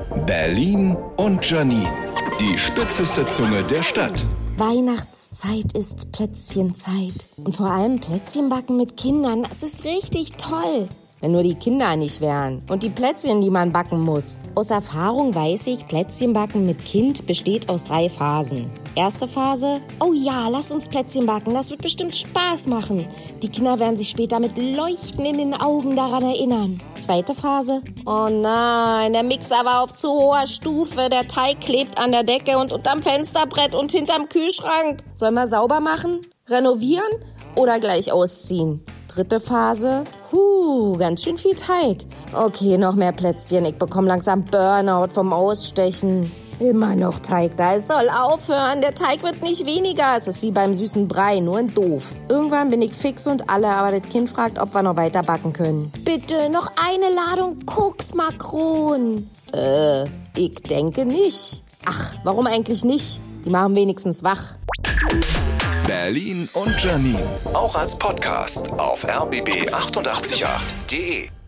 Berlin und Janine, die spitzeste Zunge der Stadt. Weihnachtszeit ist Plätzchenzeit. Und vor allem Plätzchenbacken mit Kindern, das ist richtig toll. Wenn nur die Kinder nicht wären und die Plätzchen, die man backen muss. Aus Erfahrung weiß ich, Plätzchenbacken mit Kind besteht aus 3 Phasen. Erste Phase: oh ja, lass uns Plätzchen backen, das wird bestimmt Spaß machen. Die Kinder werden sich später mit Leuchten in den Augen daran erinnern. Zweite Phase: oh nein, der Mixer war auf zu hoher Stufe, der Teig klebt an der Decke und unterm Fensterbrett und hinterm Kühlschrank. Sollen wir sauber machen, renovieren oder gleich ausziehen? Dritte Phase: ganz schön viel Teig. Okay, noch mehr Plätzchen, ich bekomme langsam Burnout vom Ausstechen. Immer noch Teig da, es soll aufhören, der Teig wird nicht weniger. Es ist wie beim süßen Brei, nur in doof. Irgendwann bin ich fix und alle, aber das Kind fragt, ob wir noch weiter backen können. Bitte, noch eine Ladung Koksmakronen. Ich denke nicht. Ach, warum eigentlich nicht? Die machen wenigstens wach. Berlin und Janine, auch als Podcast auf rbb888.de.